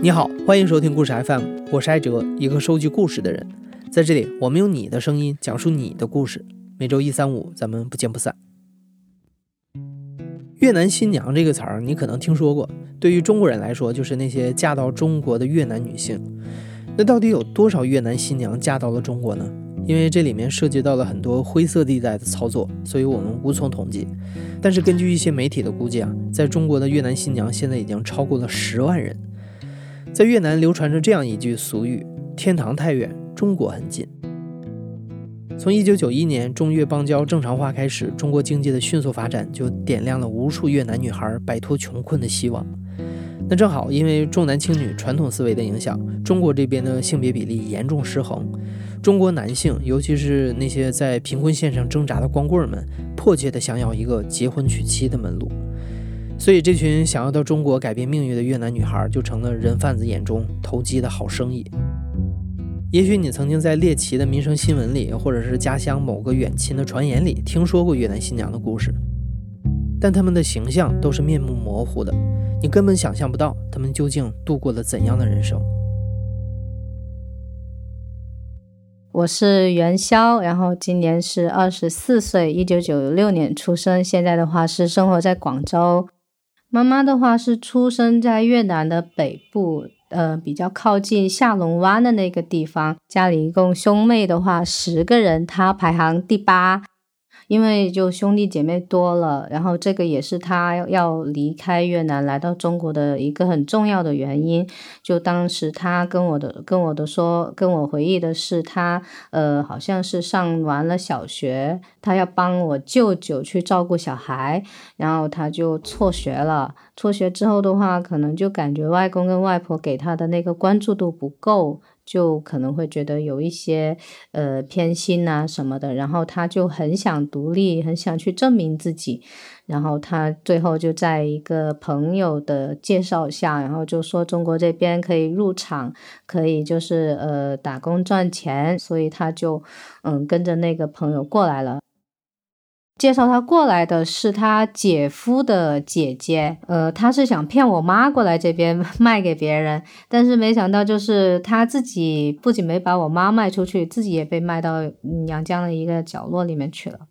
你好，欢迎收听故事 FM， 我是艾哲，一个收集故事的人。在这里，我们用你的声音讲述你的故事。每周一、三、五，咱们不见不散。越南新娘这个词儿，你可能听说过，对于中国人来说，就是那些嫁到中国的越南女性。那到底有多少越南新娘嫁到了中国呢？因为这里面涉及到了很多灰色地带的操作，所以我们无从统计。但是根据一些媒体的估计在中国的越南新娘现在已经超过了10万人。在越南流传着这样一句俗语：天堂太远，中国很近。从1991年中越邦交正常化开始，中国经济的迅速发展就点亮了无数越南女孩摆脱穷困的希望。那正好因为重男轻女传统思维的影响，中国这边的性别比例严重失衡。中国男性，尤其是那些在贫困线上挣扎的光棍们，迫切地想要一个结婚娶妻的门路。所以这群想要到中国改变命运的越南女孩就成了人贩子眼中投机的好生意。也许你曾经在猎奇的民生新闻里，或者是家乡某个远亲的传言里听说过越南新娘的故事，但他们的形象都是面目模糊的，你根本想象不到他们究竟度过了怎样的人生。 我是元宵，然后今年是24岁，1996年出生，现在的话是生活在广州。妈妈的话是出生在越南的北部，比较靠近下龙湾的那个地方。家里一共兄妹的话10个人，她排行第8。因为就兄弟姐妹多了，然后这个也是他要离开越南来到中国的一个很重要的原因。就当时他跟我回忆的是，他好像是上完了小学，他要帮我舅舅去照顾小孩，然后他就辍学了。辍学之后的话，可能就感觉外公跟外婆给他的那个关注度不够，就可能会觉得有一些偏心啊什么的，然后他就很想独立，很想去证明自己。然后他最后就在一个朋友的介绍下，然后就说中国这边可以入厂，可以就是打工赚钱，所以他就跟着那个朋友过来了。介绍他过来的是他姐夫的姐姐，他是想骗我妈过来这边卖给别人，但是没想到就是他自己不仅没把我妈卖出去，自己也被卖到阳江的一个角落里面去了。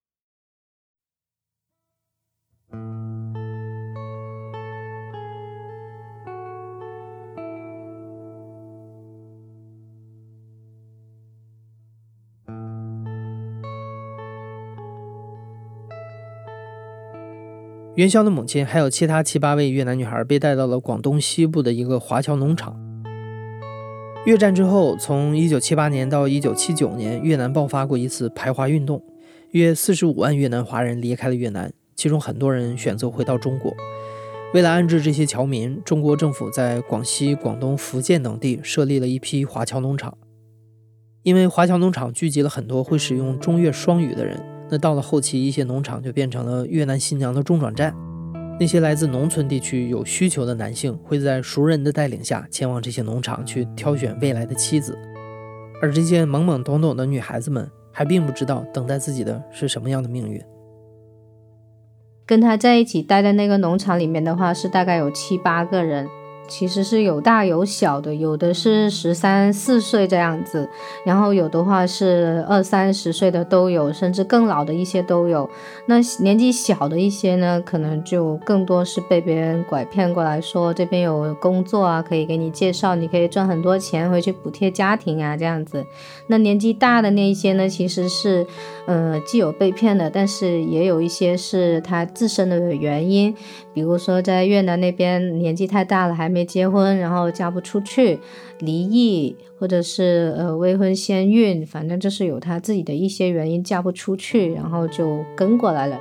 元宵的母亲还有其他7、8位越南女孩被带到了广东西部的一个华侨农场。越战之后，从1978年到1979年，越南爆发过一次排华运动，约45万越南华人离开了越南，其中很多人选择回到中国。为了安置这些侨民，中国政府在广西、广东、福建等地设立了一批华侨农场。因为华侨农场聚集了很多会使用中越双语的人，那到了后期，一些农场就变成了越南新娘的中转站。那些来自农村地区有需求的男性会在熟人的带领下前往这些农场去挑选未来的妻子，而这些懵懵懂懂的女孩子们还并不知道等待自己的是什么样的命运。 跟他在一起待在那个农场里面的话是大概有7、8个人，其实是有大有小的，有的是13、14岁这样子，然后有的话是20、30岁的都有，甚至更老的一些都有。那年纪小的一些呢，可能就更多是被别人拐骗过来说这边有工作啊，可以给你介绍，你可以赚很多钱回去补贴家庭啊这样子。那年纪大的那一些呢，其实是既有被骗的，但是也有一些是他自身的原因，比如说在越南那边年纪太大了还没结婚，然后嫁不出去，离异，或者是未婚先孕，反正就是有他自己的一些原因嫁不出去，然后就跟过来了。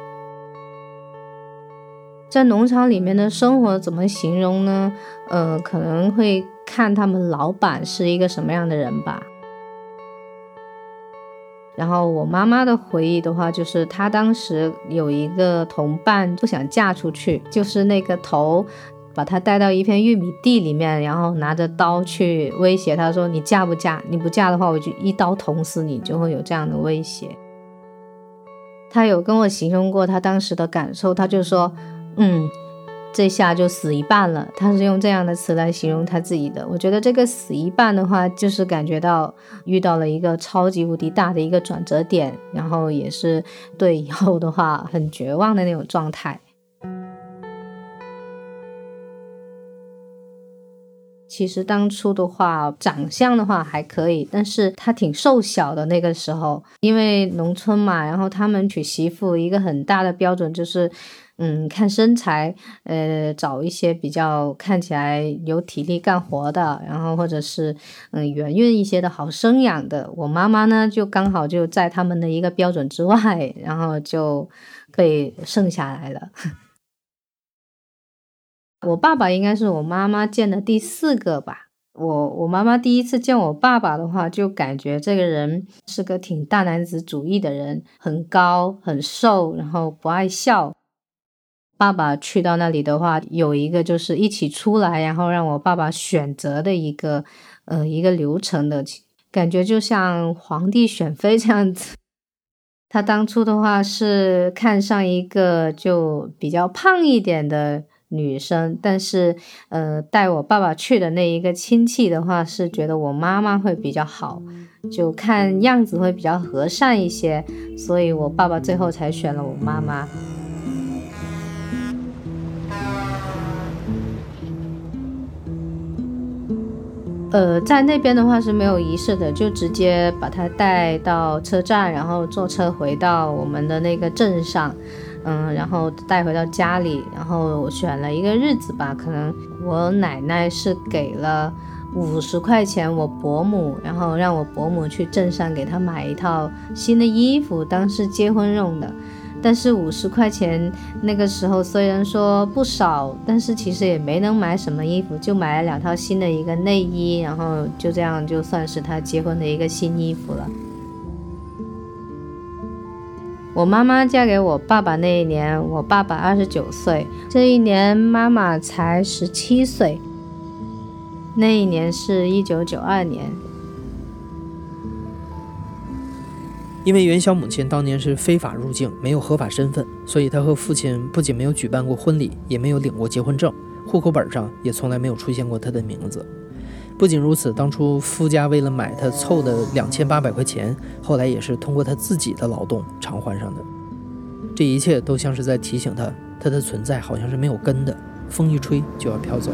在农场里面的生活怎么形容呢？可能会看他们老板是一个什么样的人吧。然后我妈妈的回忆的话，就是她当时有一个同伴不想嫁出去，就是那个头把她带到一片玉米地里面，然后拿着刀去威胁她说你嫁不嫁，你不嫁的话我就一刀捅死你，就会有这样的威胁。她有跟我形容过她当时的感受，她就说这下就死一半了，他是用这样的词来形容他自己的。我觉得这个死一半的话，就是感觉到遇到了一个超级无敌大的一个转折点，然后也是对以后的话很绝望的那种状态。其实当初的话长相的话还可以，但是他挺瘦小的，那个时候因为农村嘛，然后他们娶媳妇一个很大的标准就是看身材，找一些比较看起来有体力干活的，然后或者是圆润一些的好生养的。我妈妈呢就刚好就在他们的一个标准之外，然后就被剩下来了。我爸爸应该是我妈妈见的第4个吧。我妈妈第一次见我爸爸的话，就感觉这个人是个挺大男子主义的人，很高很瘦，然后不爱笑。爸爸去到那里的话，有一个就是一起出来，然后让我爸爸选择的一个流程的感觉，就像皇帝选妃这样子。他当初的话是看上一个就比较胖一点的女生，但是带我爸爸去的那一个亲戚的话是觉得我妈妈会比较好，就看样子会比较和善一些，所以我爸爸最后才选了我妈妈。在那边的话是没有仪式的，就直接把他带到车站，然后坐车回到我们的那个镇上，然后带回到家里，然后我选了一个日子吧，可能我奶奶是给了50块钱我伯母，然后让我伯母去镇上给他买一套新的衣服，当时结婚用的。但是50块钱那个时候虽然说不少，但是其实也没能买什么衣服，就买了2套新的一个内衣，然后就这样就算是他结婚的一个新衣服了。我妈妈嫁给我爸爸那一年，我爸爸29岁，这一年妈妈才17岁，那一年是1992年。 因为元宵母亲当年是非法入境，没有合法身份，所以她和父亲不仅没有举办过婚礼，也没有领过结婚证，户口本上也从来没有出现过她的名字。不仅如此，当初夫家为了买她凑的2800块钱，后来也是通过她自己的劳动偿还上的。这一切都像是在提醒她，她的存在好像是没有根的，风一吹就要飘走。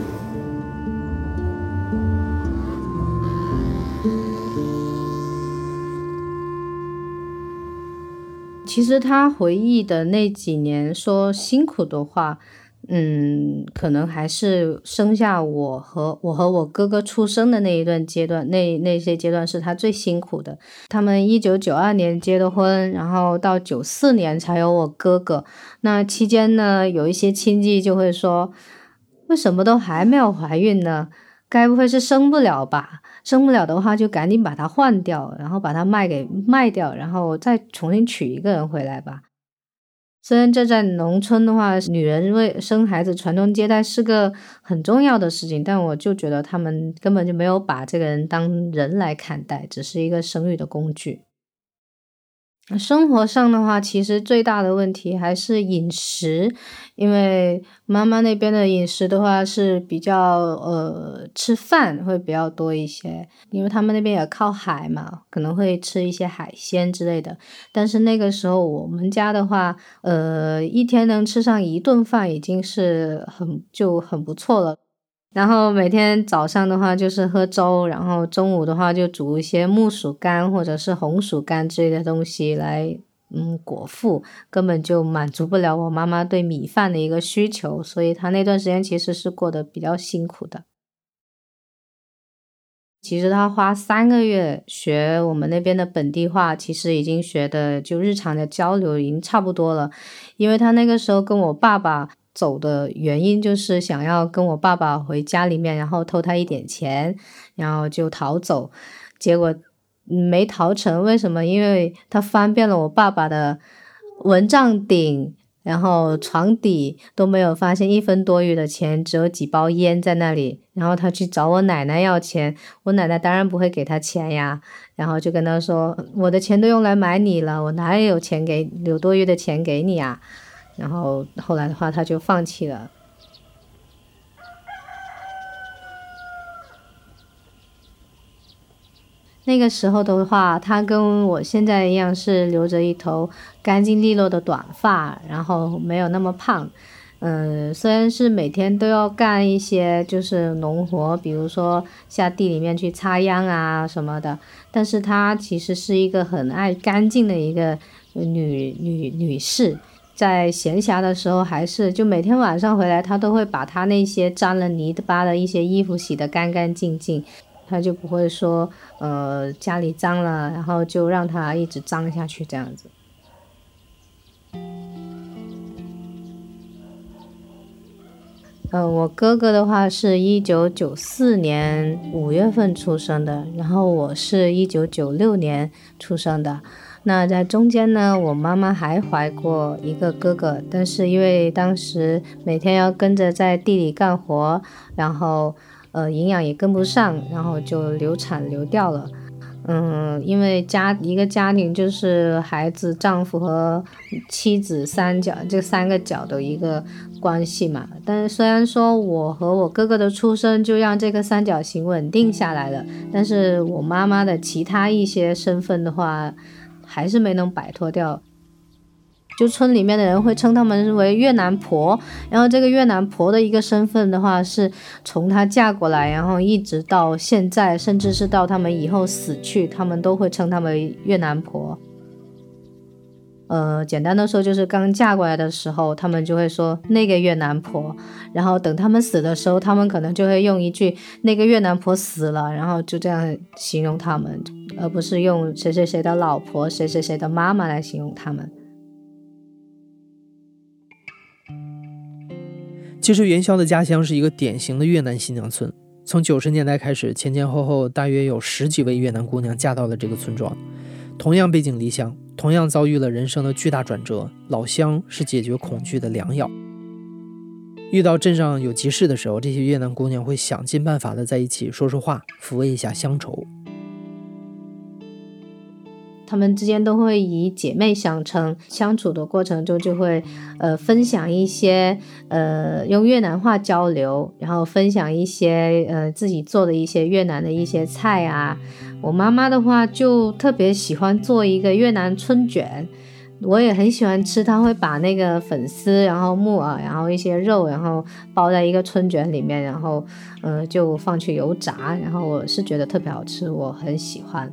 其实他回忆的那几年说辛苦的话，可能还是生下我和我哥哥出生的那一段阶段，那些阶段是他最辛苦的。他们1992年结的婚，然后到94年才有我哥哥。那期间呢，有一些亲戚就会说，为什么都还没有怀孕呢？该不会是生不了吧？生不了的话就赶紧把它换掉，然后把它卖掉，然后再重新娶一个人回来吧。虽然这在农村的话，女人为生孩子传宗接代是个很重要的事情，但我就觉得他们根本就没有把这个人当人来看待，只是一个生育的工具。生活上的话，其实最大的问题还是饮食，因为妈妈那边的饮食的话是比较吃饭会比较多一些，因为他们那边也靠海嘛，可能会吃一些海鲜之类的。但是那个时候我们家的话，一天能吃上1顿饭已经是很不错了。然后每天早上的话就是喝粥，然后中午的话就煮一些木薯干或者是红薯干之类的东西来果腹，根本就满足不了我妈妈对米饭的一个需求，所以她那段时间其实是过得比较辛苦的。其实她花3个月学我们那边的本地话，其实已经学的就日常的交流已经差不多了。因为她那个时候跟我爸爸走的原因就是想要跟我爸爸回家里面，然后偷他一点钱，然后就逃走，结果没逃成。为什么？因为他翻遍了我爸爸的蚊帐顶，然后床底都没有发现1分多余的钱，只有几包烟在那里。然后他去找我奶奶要钱，我奶奶当然不会给他钱呀，然后就跟他说，我的钱都用来买你了，我哪里有多余的钱给你啊。然后后来的话他就放弃了。 那个时候的话，他跟我现在一样是留着一头干净利落的短发，然后没有那么胖。虽然是每天都要干一些就是农活，比如说下地里面去插秧什么的，但是她其实是一个很爱干净的一个女士。在闲暇的时候，还是就每天晚上回来，她都会把她那些沾了泥巴的一些衣服洗得干干净净，她就不会说家里脏了，然后就让它一直脏下去这样子。我哥哥的话是1994年5月份出生的，然后我是1996年出生的。那在中间呢，我妈妈还怀过一个哥哥，但是因为当时每天要跟着在地里干活，然后营养也跟不上，然后就流产流掉了。因为一个家庭就是孩子、丈夫和妻子这三个角的一个关系嘛。但是虽然说我和我哥哥的出生就让这个三角形稳定下来了，但是我妈妈的其他一些身份的话，还是没能摆脱掉。就村里面的人会称他们为越南婆，然后这个越南婆的一个身份的话，是从她嫁过来，然后一直到现在，甚至是到他们以后死去，他们都会称她为越南婆。简单的说就是刚嫁过来的时候，他们就会说那个越南婆，然后等他们死的时候，他们可能就会用一句那个越南婆死了，然后就这样形容他们，而不是用谁谁谁的老婆、谁谁谁的妈妈来形容他们。 其实元宵的家乡是一个典型的越南新娘村，从90年代开始，前前后后大约有10几位越南姑娘嫁到了这个村庄。同样背井离乡，同样遭遇了人生的巨大转折，老乡是解决恐惧的良药。遇到镇上有急事的时候，这些越南姑娘会想尽办法的在一起说说话，抚慰一下乡愁。 她们之间都会以姐妹相称，相处的过程中就会分享一些用越南话交流，然后分享一些自己做的一些越南的一些菜啊。我妈妈的话就特别喜欢做一个越南春卷，我也很喜欢吃，她会把那个粉丝然后木耳然后一些肉然后包在一个春卷里面，然后就放去油炸，然后我是觉得特别好吃，我很喜欢。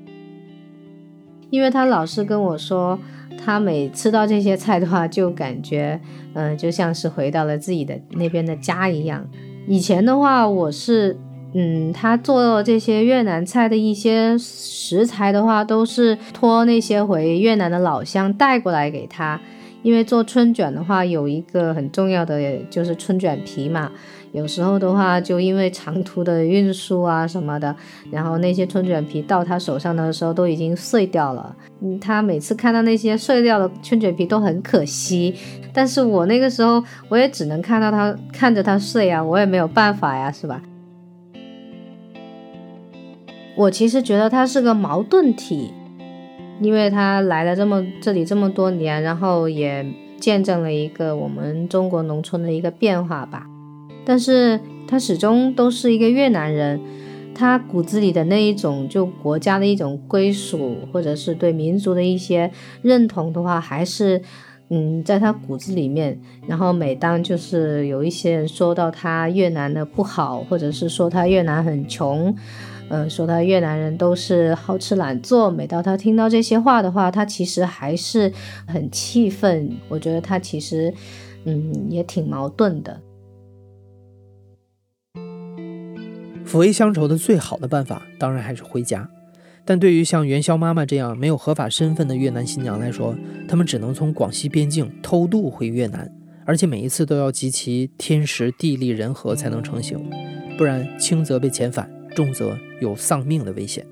因为他老是跟我说，他每吃到这些菜的话，就感觉就像是回到了自己的那边的家一样。以前的话，我是他做这些越南菜的一些食材的话，都是托那些回越南的老乡带过来给他。因为做春卷的话，有一个很重要的就是春卷皮嘛。有时候的话，就因为长途的运输啊什么的，然后那些春卷皮到他手上的时候都已经碎掉了。他每次看到那些碎掉的春卷皮都很可惜，但是我那个时候我也只能看着他碎啊，我也没有办法呀，是吧？我其实觉得他是个矛盾体，因为他来了这里这么多年，然后也见证了一个我们中国农村的一个变化吧。但是他始终都是一个越南人，他骨子里的那一种就国家的一种归属，或者是对民族的一些认同的话，还是在他骨子里面。然后每当就是有一些人说到他越南的不好，或者是说他越南很穷，说他越南人都是好吃懒做，每当他听到这些话的话，他其实还是很气愤。我觉得他其实也挺矛盾的。 抚慰乡愁的最好的办法当然还是回家，但对于像元宵妈妈这样没有合法身份的越南新娘来说，她们只能从广西边境偷渡回越南，而且每一次都要集齐天时地利人和才能成行，不然轻则被遣返，重则有丧命的危险。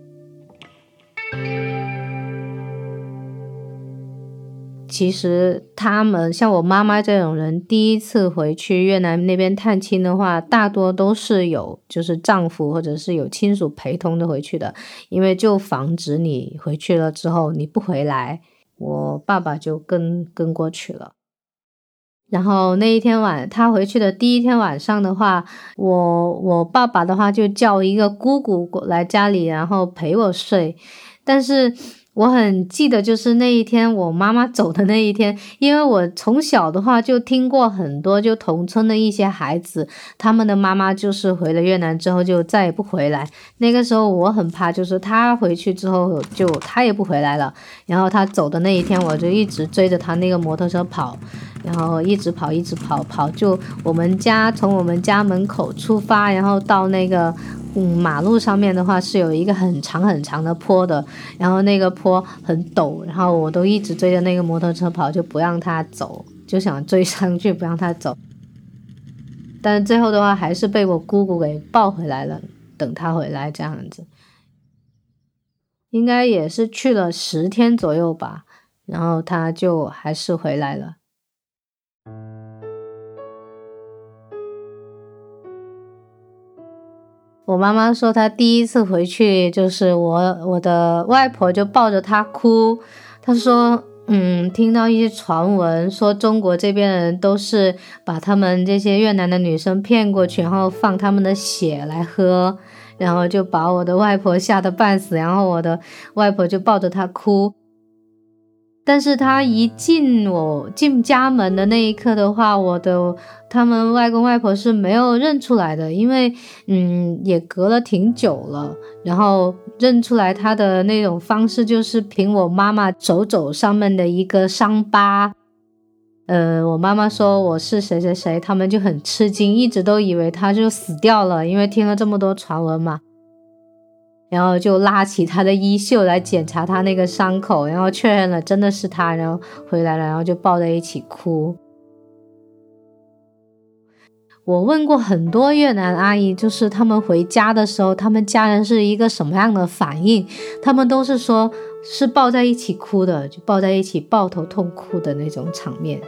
其实他们像我妈妈这种人，第一次回去越南那边探亲的话，大多都是有就是丈夫或者是有亲属陪同的回去的，因为就防止你回去了之后你不回来。我爸爸就跟过去了。 然后那一天他回去的第一天晚上的话，我爸爸的话就叫一个姑姑过来家里，然后陪我睡。但是我很记得就是那一天我妈妈走的那一天，因为我从小的话就听过很多就同村的一些孩子，他们的妈妈就是回了越南之后就再也不回来。那个时候我很怕，就是他回去之后就他也不回来了，然后他走的那一天我就一直追着他那个摩托车跑，然后一直跑就从我们家门口出发，然后到那个马路上面的话是有一个很长很长的坡的，然后那个坡很陡，然后我都一直追着那个摩托车跑，就不让他走，就想追上去不让他走。但是最后的话还是被我姑姑给抱回来了，等他回来这样子。应该也是去了10天左右吧，然后他就还是回来了。我妈妈说她第一次回去就是我的外婆就抱着她哭，她说听到一些传闻说中国这边的人都是把他们这些越南的女生骗过去，然后放他们的血来喝，然后就把我的外婆吓得半死，然后我的外婆就抱着她哭。但是他一进家门的那一刻的话，他们外公外婆是没有认出来的，因为也隔了挺久了，然后认出来他的那种方式就是凭我妈妈手上面的一个伤疤。我妈妈说我是谁谁谁，他们就很吃惊，一直都以为他就死掉了，因为听了这么多传闻嘛。然后就拉起他的衣袖来检查他那个伤口，然后确认了真的是他，然后回来了，然后就抱在一起哭。我问过很多越南阿姨，就是他们回家的时候他们家人是一个什么样的反应，他们都是说是抱在一起哭的，就抱在一起抱头痛哭的那种场面。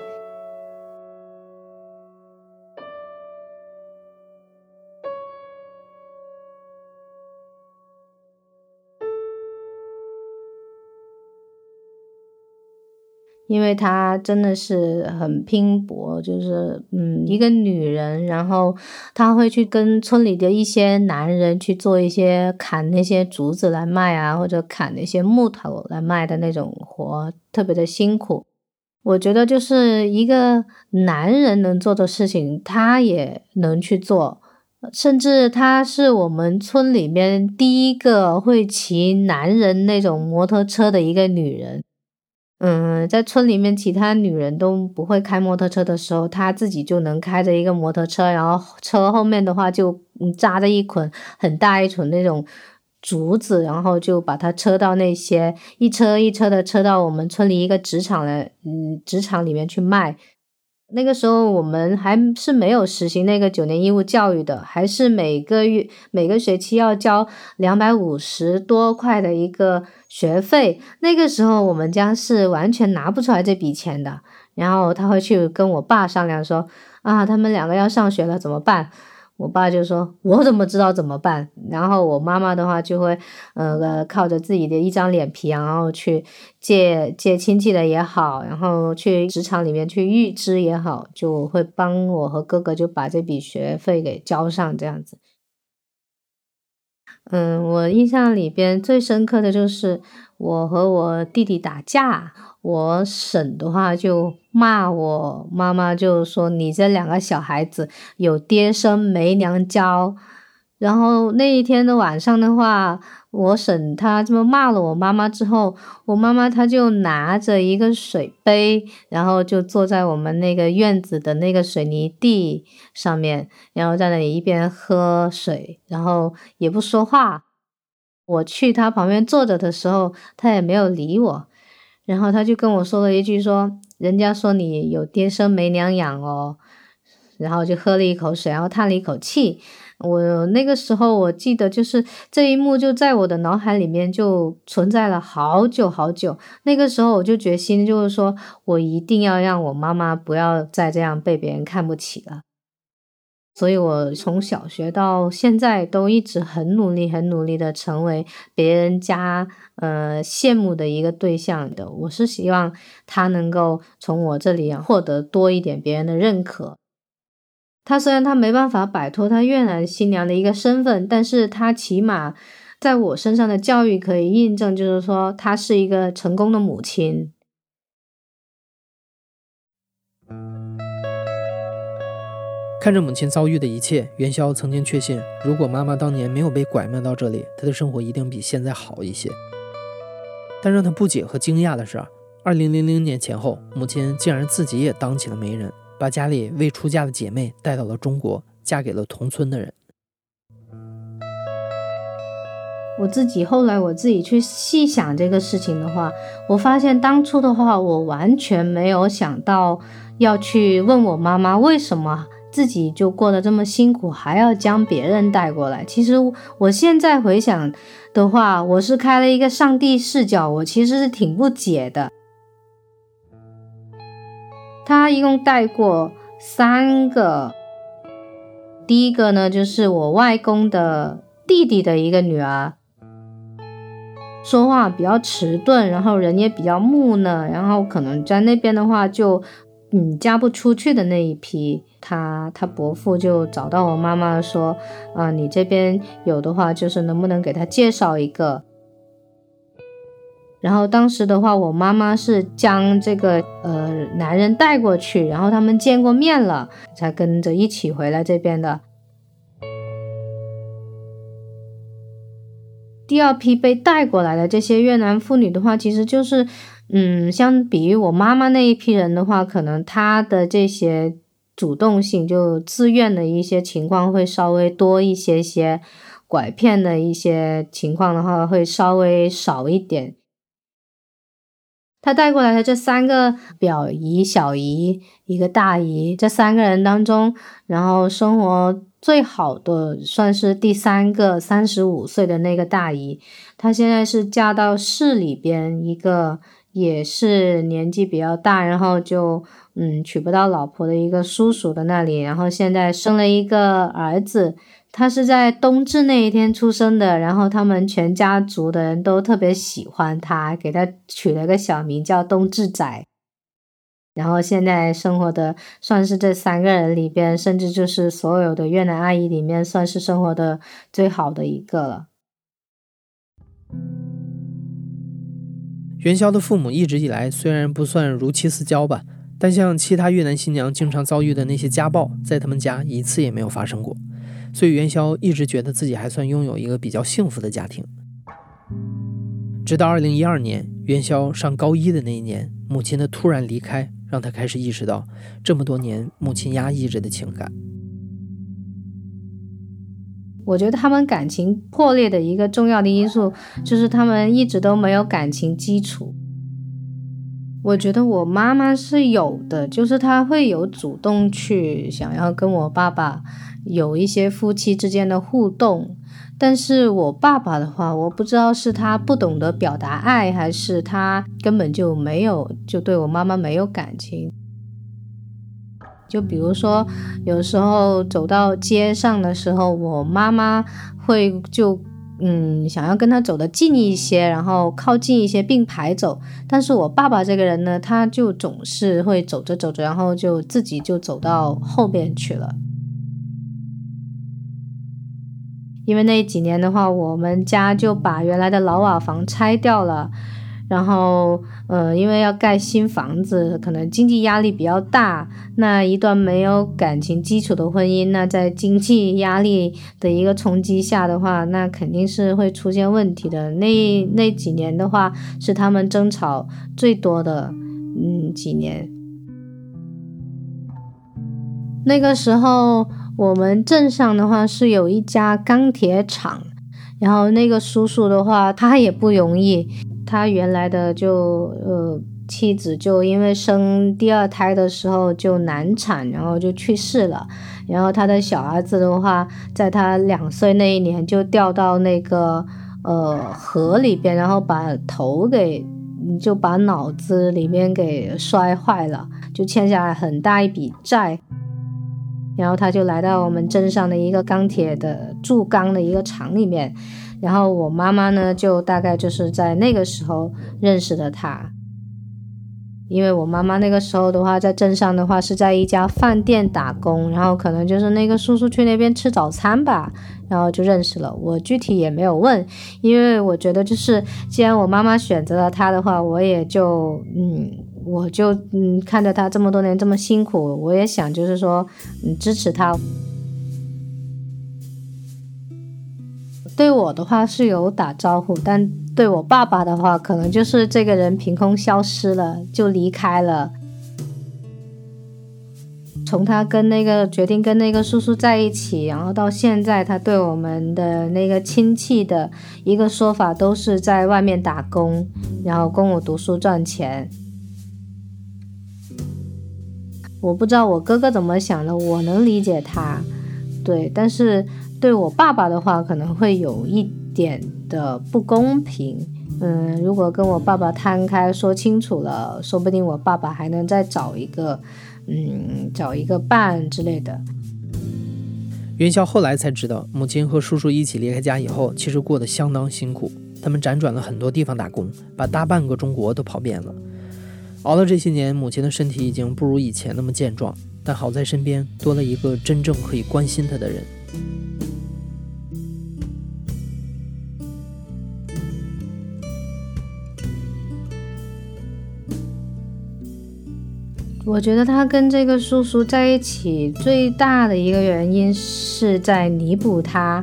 因为她真的是很拼搏，就是一个女人，然后她会去跟村里的一些男人去做一些砍那些竹子来卖啊，或者砍那些木头来卖的那种活，特别的辛苦。我觉得就是一个男人能做的事情，她也能去做，甚至她是我们村里面第一个会骑男人那种摩托车的一个女人。在村里面其他女人都不会开摩托车的时候，她自己就能开着一个摩托车，然后车后面的话就扎着很大一捆那种竹子，然后就把它车到那些一车一车的车到我们村里一个职场里面去卖。那个时候我们还是没有实行那个9年义务教育的，还是每个学期要交250多块的一个学费。那个时候我们家是完全拿不出来这笔钱的，然后他会去跟我爸商量说他们2个要上学了怎么办。我爸就说我怎么知道怎么办，然后我妈妈的话就会靠着自己的一张脸皮，然后去借亲戚的也好，然后去职场里面去预支也好，就会帮我和哥哥就把这笔学费给交上这样子。我印象里边最深刻的就是我和我弟弟打架，我婶的话就骂我妈妈，就说你这2个小孩子有爹生没娘教。然后那一天的晚上的话，我婶她这么骂了我妈妈之后，我妈妈她就拿着一个水杯，然后就坐在我们那个院子的那个水泥地上面，然后在那里一边喝水，然后也不说话。我去她旁边坐着的时候，她也没有理我，然后她就跟我说了一句说人家说你有爹生没娘养哦，然后就喝了一口水，然后叹了一口气。我那个时候我记得就是这一幕就在我的脑海里面就存在了好久好久。那个时候我就决心就是说我一定要让我妈妈不要再这样被别人看不起了。 所以我从小学到现在都一直很努力的成为别人家羡慕的一个对象的。我是希望他能够从我这里获得多一点别人的认可。虽然他没办法摆脱他越南新娘的一个身份，但是他起码在我身上的教育可以印证，就是说他是一个成功的母亲。 看着母亲遭遇的一切，元宵曾经确信，如果妈妈当年没有被拐卖到这里，她的生活一定比现在好一些。但让她不解和惊讶的是，2000年前后，母亲竟然自己也当起了媒人，把家里未出嫁的姐妹带到了中国，嫁给了同村的人。 后来我自己去细想这个事情的话，我发现当初的话，我完全没有想到要去问我妈妈为什么自己就过得这么辛苦，还要将别人带过来。其实我现在回想的话，我是开了一个上帝视角，我其实是挺不解的。他一共带过3个，第一个呢就是我外公的弟弟的一个女儿，说话比较迟钝，然后人也比较木讷，然后可能在那边的话就嫁不出去的那一批。他伯父就找到我妈妈说你这边有的话就是能不能给他介绍一个。然后当时的话，我妈妈是将这个男人带过去，然后他们见过面了才跟着一起回来这边的。第二批被带过来的这些越南妇女的话，其实就是相比于我妈妈那一批人的话，可能她的这些主动性就自愿的一些情况会稍微多一些，拐骗的一些情况的话会稍微少一点。他带过来的这3个表姨、小姨、一个大姨，这3个人当中，然后生活最好的算是第3个35岁的那个大姨，她现在是嫁到市里边一个也是年纪比较大，然后就娶不到老婆的一个叔叔的那里，然后现在生了一个儿子。他是在冬至那一天出生的，然后他们全家族的人都特别喜欢他，给他取了个小名叫冬至仔。然后现在生活的算是这3个人里边，甚至就是所有的越南阿姨里面算是生活的最好的一个了。 元宵的父母一直以来虽然不算如漆似胶吧，但像其他越南新娘经常遭遇的那些家暴，在他们家一次也没有发生过。所以元宵一直觉得自己还算拥有一个比较幸福的家庭。直到2012年，元宵上高1的那一年，母亲的突然离开让他开始意识到这么多年母亲压抑着的情感。 我觉得他们感情破裂的一个重要的因素就是他们一直都没有感情基础。我觉得我妈妈是有的，就是她会有主动去想要跟我爸爸有一些夫妻之间的互动，但是我爸爸的话，我不知道是他不懂得表达爱，还是他根本就对我妈妈没有感情。就比如说有时候走到街上的时候，我妈妈会想要跟他走得近一些，然后靠近一些并排走。但是我爸爸这个人呢，他就总是会走着走着，然后就自己就走到后边去了。因为那几年的话，我们家就把原来的老瓦房拆掉了，然后因为要盖新房子，可能经济压力比较大，那一段没有感情基础的婚姻，那在经济压力的一个冲击下的话，那肯定是会出现问题的。那几年的话，是他们争吵最多的几年。那个时候我们镇上的话是有一家钢铁厂，然后那个叔叔的话他也不容易，他原来的妻子就因为生第2胎的时候就难产，然后就去世了。然后他的小儿子的话，在他2岁那一年就掉到那个河里边，然后把脑子里面给摔坏了，就欠下来很大一笔债。 然后他就来到我们镇上的一个钢铁的铸钢的一个厂里面，然后我妈妈呢就大概就是在那个时候认识了他。因为我妈妈那个时候的话在镇上的话是在一家饭店打工，然后可能就是那个叔叔去那边吃早餐吧，然后就认识了。我具体也没有问，因为我觉得就是既然我妈妈选择了他的话，我也就看着他这么多年这么辛苦，我也想就是说支持他。对我的话是有打招呼，但对我爸爸的话可能就是这个人凭空消失了，就离开了。从他决定跟那个叔叔在一起，然后到现在他对我们的那个亲戚的一个说法都是在外面打工，然后供我读书赚钱。我不知道我哥哥怎么想的，我能理解他，对，但是对我爸爸的话可能会有一点的不公平。如果跟我爸爸摊开说清楚了，说不定我爸爸还能再找一个伴之类的。 元宵后来才知道，母亲和叔叔一起离开家以后，其实过得相当辛苦。他们辗转了很多地方打工，把大半个中国都跑遍了。熬了这些年，母亲的身体已经不如以前那么健壮，但好在身边多了一个真正可以关心她的人。 我觉得他跟这个叔叔在一起最大的一个原因是在弥补他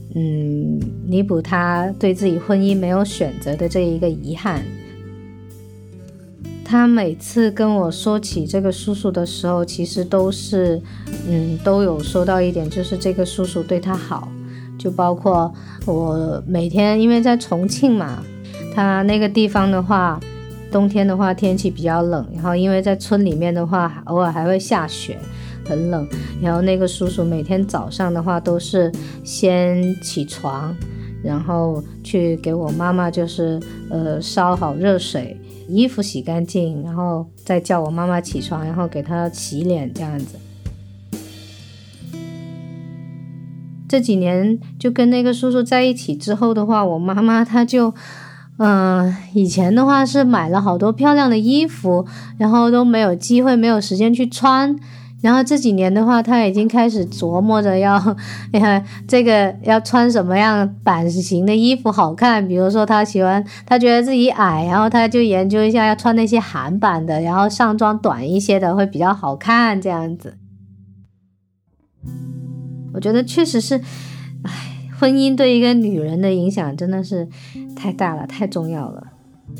对自己婚姻没有选择的这一个遗憾。他每次跟我说起这个叔叔的时候，其实都有说到一点，就是这个叔叔对他好，就包括我每天因为在重庆嘛，他那个地方的话冬天的话天气比较冷，然后因为在村里面的话偶尔还会下雪，很冷，然后那个叔叔每天早上的话都是先起床，然后去给我妈妈就是烧好热水，衣服洗干净，然后再叫我妈妈起床，然后给她洗脸这样子。这几年就跟那个叔叔在一起之后的话，我妈妈她就以前的话是买了好多漂亮的衣服，然后都没有机会没有时间去穿，然后这几年的话她已经开始琢磨着这个要穿什么样版型的衣服好看。比如说她觉得自己矮，然后她就研究一下要穿那些韩版的，然后上装短一些的会比较好看这样子。我觉得确实是婚姻对一个女人的影响真的是太大了，太重要了。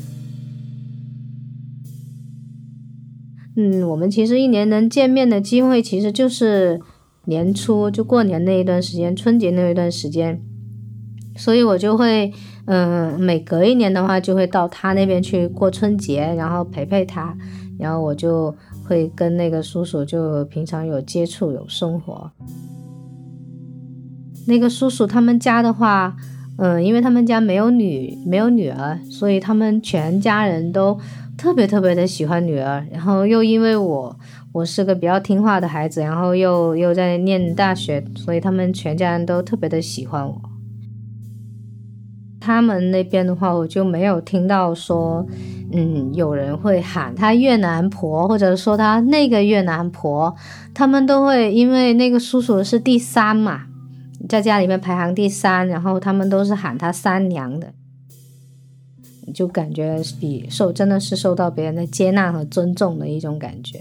我们其实一年能见面的机会其实就是年初，就过年那一段时间，春节那一段时间，所以我就会每隔一年的话就会到他那边去过春节，然后陪他，然后我就会跟那个叔叔就平常有接触有生活。那个叔叔他们家的话因为他们家没有女儿，所以他们全家人都特别特别的喜欢女儿，然后又因为我是个比较听话的孩子，然后又在念大学，所以他们全家人都特别的喜欢我。他们那边的话我就没有听到说有人会喊他越南婆，或者说他那个越南婆，他们都会因为那个叔叔是第3嘛，在家里面排行第3，然后他们都是喊他三娘的，就感觉真的是受到别人的接纳和尊重的一种感觉。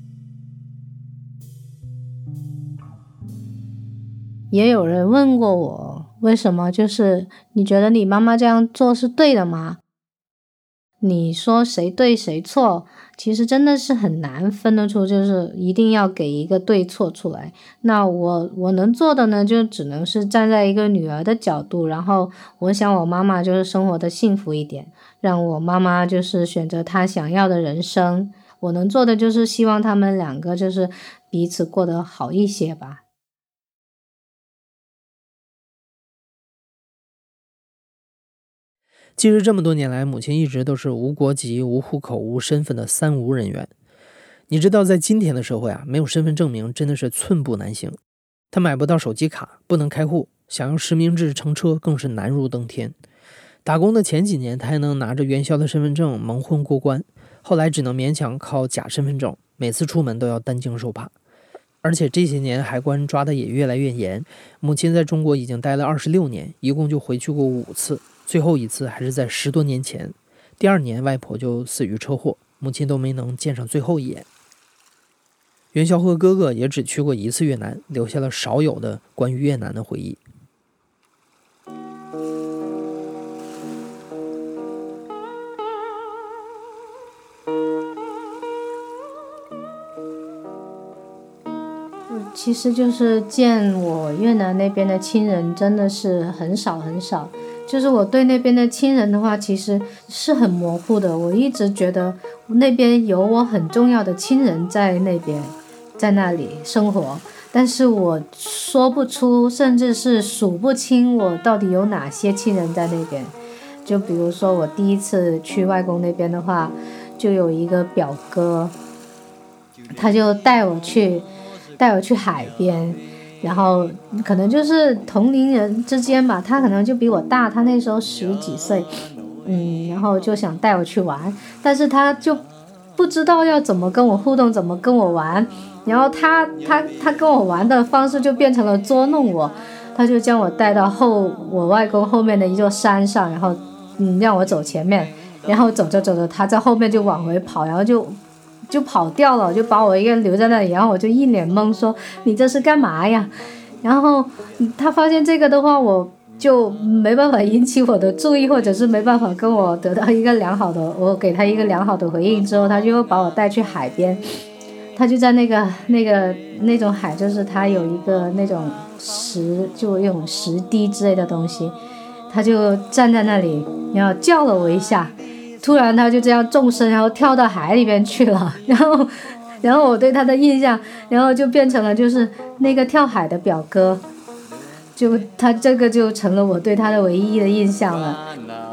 也有人问过我，为什么就是你觉得你妈妈这样做是对的吗？你说谁对谁错，其实真的是很难分得出，就是一定要给一个对错出来。那我能做的呢，就只能是站在一个女儿的角度，然后我想我妈妈就是生活的幸福一点，让我妈妈就是选择她想要的人生。我能做的就是希望他们两个就是彼此过得好一些吧。 其实这么多年来，母亲一直都是无国籍、无户口、无身份的3无人员。 你知道在今天的社会啊，没有身份证明真的是寸步难行。他买不到手机卡，不能开户，想要实名制乘车更是难如登天。打工的前几年，他还能拿着元宵的身份证蒙混过关，后来只能勉强靠假身份证，每次出门都要担惊受怕。而且这些年海关抓的也越来越严，母亲在中国已经待了26年，一共就回去过5次，最后一次还是在10多年前。第2年外婆就死于车祸，母亲都没能见上最后一眼。元宵和哥哥也只去过1次越南，留下了少有的关于越南的回忆。 其实就是见我越南那边的亲人真的是很少很少，就是我对那边的亲人的话其实是很模糊的，我一直觉得那边有我很重要的亲人在那边，在那里生活，但是我说不出，甚至是数不清我到底有哪些亲人在那边。就比如说我第一次去外公那边的话，就有一个表哥，他就带我去海边，然后可能就是同龄人之间吧，他可能就比我大，他那时候10几岁，然后就想带我去玩，但是他就不知道要怎么跟我互动，怎么跟我玩，然后他跟我玩的方式就变成了捉弄我，他就将我带到我外公后面的一座山上，然后让我走前面，然后走着走着他在后面就往回跑，然后就跑掉了，就把我一个人留在那里，然后我就一脸懵，说你这是干嘛呀？然后他发现这个的话，我就没办法引起我的注意，或者是没办法跟我得到一个良好的，我给他一个良好的回应之后，他就把我带去海边，他就在那种海，就是他有一个那种就那种石堤之类的东西，他就站在那里，然后叫了我一下。突然他就这样纵身然后跳到海里边去了，然后我对他的印象然后就变成了就是那个跳海的表哥，就他这个就成了我对他的唯一的印象了。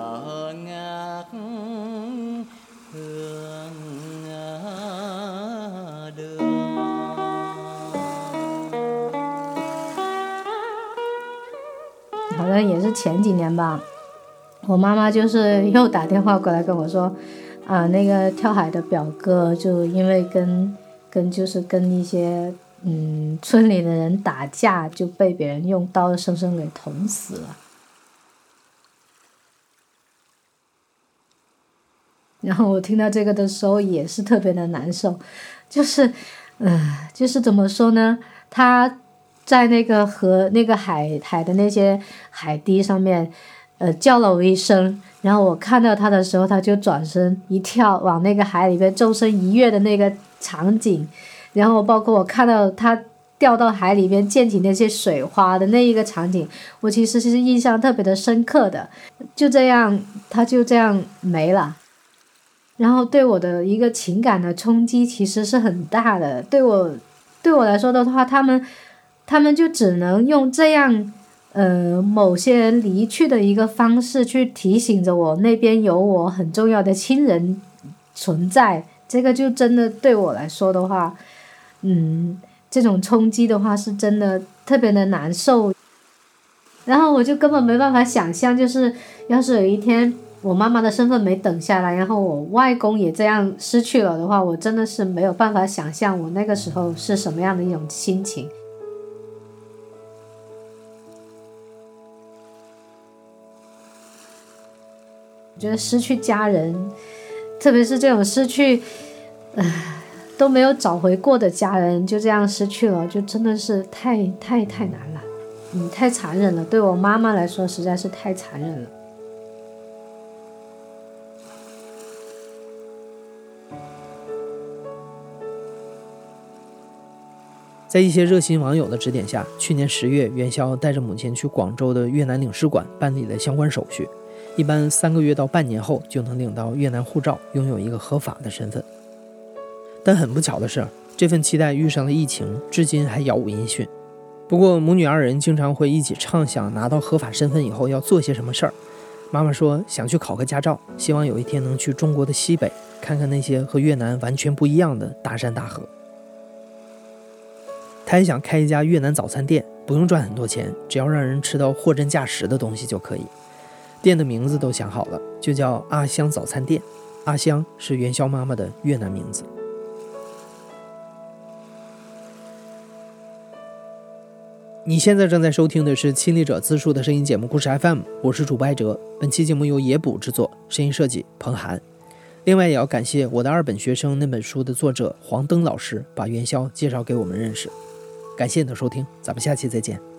好像也是前几年吧，我妈妈就是又打电话过来跟我说，那个跳海的表哥就因为跟一些村里的人打架，就被别人用刀生生给捅死了。然后我听到这个的时候也是特别的难受，就是怎么说呢？他在那个海的那些海堤上面。叫了我一声，然后我看到他的时候，他就转身一跳，往那个海里边纵身一跃的那个场景，然后包括我看到他掉到海里边溅起那些水花的那一个场景，我其实是印象特别的深刻的。就这样，他就这样没了，然后对我的一个情感的冲击其实是很大的。对我来说的话，他们就只能用这样。某些人离去的一个方式去提醒着我那边有我很重要的亲人存在，这个就真的对我来说的话，这种冲击的话是真的特别的难受。然后我就根本没办法想象，就是要是有一天我妈妈的身份没等下来，然后我外公也这样失去了的话，我真的是没有办法想象我那个时候是什么样的一种心情。我觉得失去家人，特别是这种失去都没有找回过的家人，就这样失去了，就真的是太难了，太残忍了，对我妈妈来说实在是太残忍了。 在一些热心网友的指点下，去年10月，元宵带着母亲去广州的越南领事馆办理了相关手续，一般3个月到半年后就能领到越南护照，拥有一个合法的身份。但很不巧的是，这份期待遇上了疫情，至今还杳无音讯。不过母女2人经常会一起畅想拿到合法身份以后要做些什么事儿， 妈妈说想去考个驾照，希望有一天能去中国的西北，看看那些和越南完全不一样的大山大河。她也想开一家越南早餐店，不用赚很多钱，只要让人吃到货真价实的东西就可以。店的名字都想好了，就叫阿香早餐店。阿香是元宵妈妈的越南名字。你现在正在收听的是亲历者自述的声音节目故事 FM， 我是主播艾哲。本期节目由野捕制作，声音设计彭涵。另外也要感谢我的2本学生那本书的作者黄登老师把元宵介绍给我们认识。感谢你的收听，咱们下期再见。